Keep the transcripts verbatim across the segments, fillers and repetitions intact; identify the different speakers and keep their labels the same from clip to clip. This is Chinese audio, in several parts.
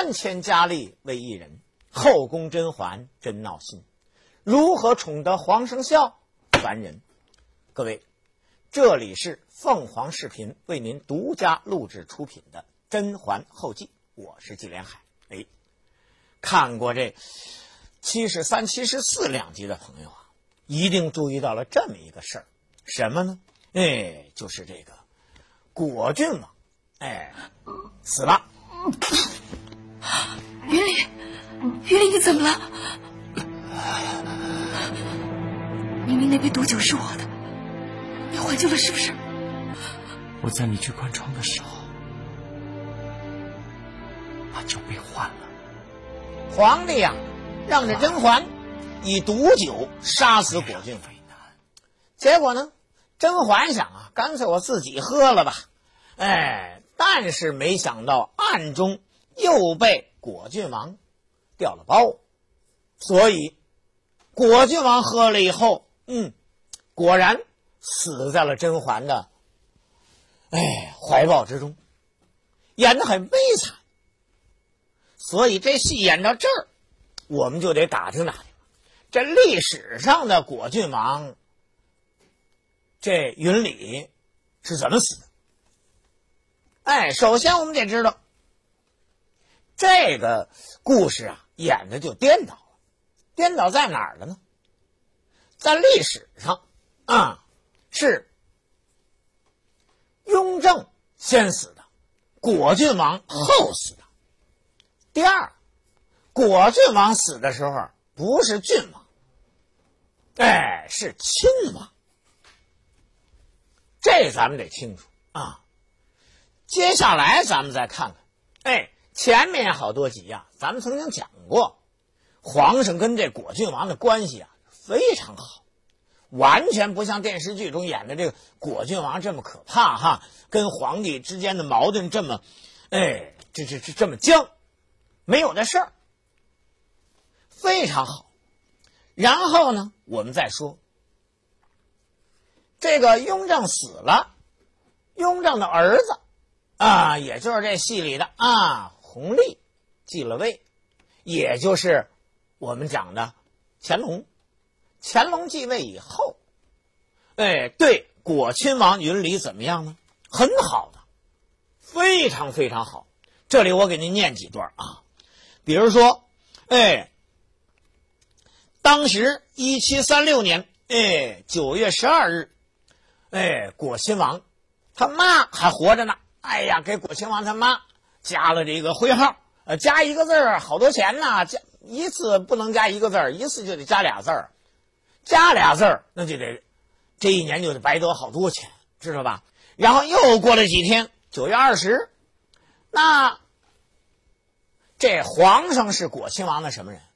Speaker 1: 三千佳丽为一人，后宫甄嬛真闹心，如何宠得皇上笑？烦人。各位，这里是凤凰视频为您独家录制出品的《甄嬛后记》，我是纪连海。哎，看过这七十三、七十四两集的朋友啊，一定注意到了这么一个事儿，什么呢？哎，就是这个果郡王，哎，死了。
Speaker 2: 云里，云里，你怎么了？明明那杯毒酒是我的，你怀旧了是不是？
Speaker 3: 我在你去关窗的时候，把酒杯换了。
Speaker 1: 皇帝呀、啊，让这甄嬛以毒酒杀死果郡王。结果呢，甄嬛想啊，干脆我自己喝了吧。哎，但是没想到暗中又被果郡王调了包，所以果郡王喝了以后，嗯，果然死在了甄嬛的哎怀抱之中，演得很悲惨。所以这戏演到这儿，我们就得打听打听，这历史上的果郡王这云里是怎么死的。哎，首先我们得知道，这个故事啊演的就颠倒了。颠倒在哪儿了呢？在历史上啊，是雍正先死的，果郡王后死的。第二，果郡王死的时候不是郡王，哎，是亲王。这咱们得清楚啊。接下来咱们再看看，哎，前面好多集啊，咱们曾经讲过，皇上跟这果郡王的关系啊非常好，完全不像电视剧中演的这个果郡王这么可怕哈，跟皇帝之间的矛盾这么，哎，这这这这么僵，没有的事儿，非常好。然后呢，我们再说，这个雍正死了，雍正的儿子啊，也就是这戏里的啊弘历继了位，也就是我们讲的乾隆。乾隆继位以后，哎，对果亲王云里怎么样呢？很好的，非常非常好。这里我给您念几段啊，比如说，哎，当时一七三六年，哎，九月十二日，哎，果亲王他妈还活着呢。哎呀，给果亲王他妈加了这个徽号，呃，加一个字儿好多钱呢，加一次不能加一个字儿，一次就得加俩字儿，加俩字儿那就得这一年就得白得好多钱，知道吧？然后又过了几天，九月二十，那这皇上是果亲王的什么人？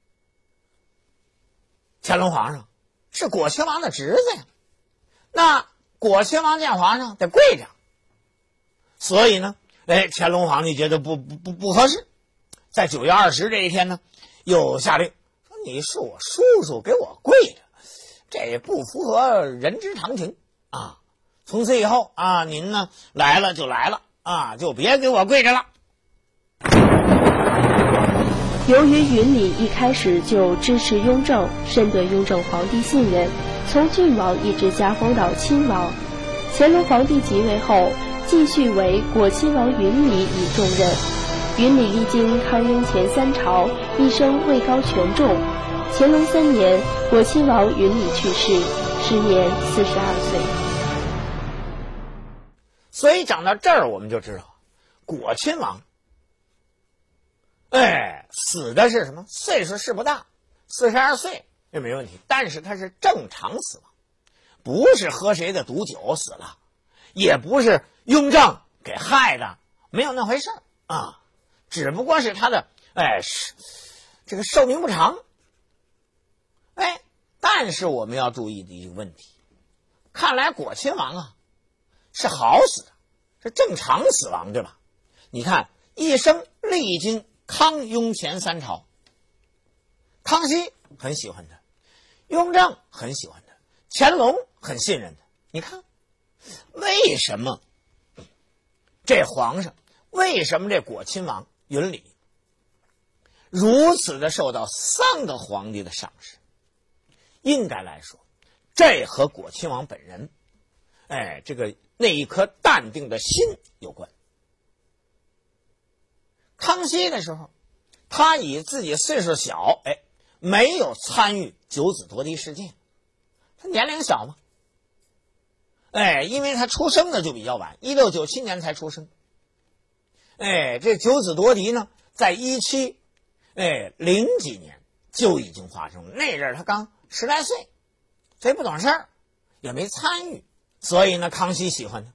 Speaker 1: 乾隆皇上是果亲王的侄子呀。那果亲王见皇上得跪着。所以呢，哎，乾隆皇帝觉得不不不不合适，在九月二十这一天呢，又下令说：“你是我叔叔，给我跪着，这不符合人之常情啊！从此以后啊，您呢来了就来了啊，就别给我跪着了。”
Speaker 4: 由于云里一开始就支持雍正，深得雍正皇帝信任，从郡王一直加封到亲王。乾隆皇帝即位后，继续为果亲王云里以重任。云里历经康雍乾三朝，一生位高权重。乾隆三年，果亲王云里去世，时年四十二岁。
Speaker 1: 所以讲到这儿，我们就知道，果亲王，哎，死的是什么？岁数是不大，四十二岁这没问题，但是他是正常死亡，不是喝谁的毒酒死了，也不是雍正给害的，没有那回事啊，只不过是他的哎是这个寿命不长。哎，但是我们要注意的一个问题，看来果亲王啊是好死的，是正常死亡，对吧？你看一生历经康雍乾三朝，康熙很喜欢他，雍正很喜欢他，乾隆很信任他。你看为什么这皇上，为什么这果亲王云里如此的受到三个皇帝的赏识，应该来说，这和果亲王本人，哎，这个那一颗淡定的心有关。康熙的时候，他以自己岁数小，哎，没有参与九子夺嫡事件，他年龄小嘛，哎，因为他出生的就比较晚，一六九七年才出生。哎，这九子夺嫡呢，在一七哎零几年就已经发生了，那阵儿他刚十来岁，所以不懂事儿，也没参与，所以呢，康熙喜欢他。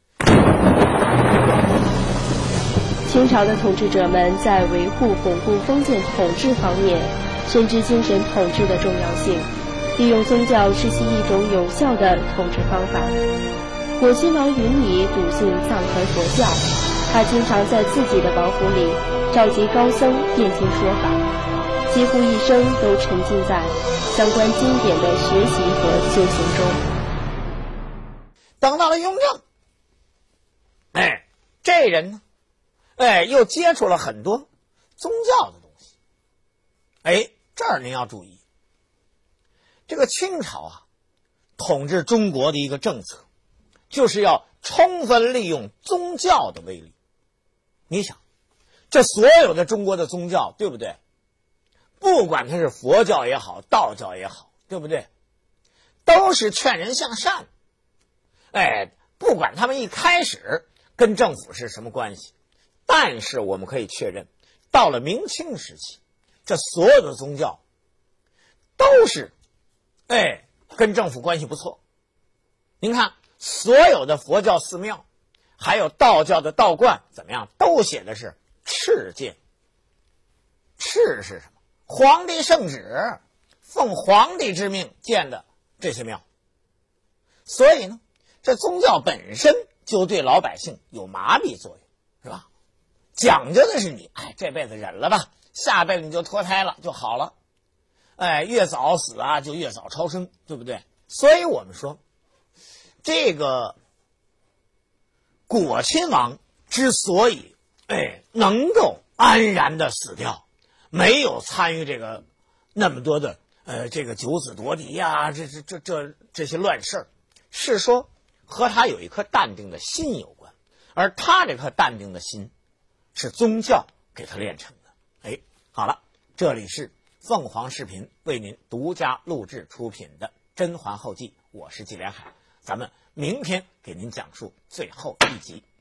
Speaker 4: 清朝的统治者们在维护巩固封建统治方面，深知精神统治的重要性，利用宗教实行一种有效的统治方法。果亲王允礼笃信藏传佛教，他经常在自己的王府里召集高僧念经说法，几乎一生都沉浸在相关经典的学习和修行中。
Speaker 1: 等到了雍正，哎，这人呢，哎，又接触了很多宗教的东西。哎，这儿您要注意，这个清朝啊，统治中国的一个政策，就是要充分利用宗教的威力。你想，这所有的中国的宗教，对不对？不管它是佛教也好，道教也好，对不对？都是劝人向善。哎，不管他们一开始跟政府是什么关系，但是我们可以确认，到了明清时期，这所有的宗教都是哎跟政府关系不错。您看，所有的佛教寺庙还有道教的道观怎么样，都写的是敕建。敕是什么？皇帝圣旨，奉皇帝之命建的这些庙。所以呢，这宗教本身就对老百姓有麻痹作用，是吧？讲究的是你，哎，这辈子忍了吧，下辈子你就脱胎了就好了，哎，越早死啊就越早超生，对不对？所以我们说，这个果亲王之所以哎能够安然的死掉，没有参与这个那么多的呃这个九子夺嫡呀，这这这这这些乱事儿，是说和他有一颗淡定的心有关，而他这颗淡定的心是宗教给他练成的。哎，好了，这里是凤凰视频为您独家录制出品的《甄嬛后记》，我是纪连海，咱们明天给您讲述最后一集。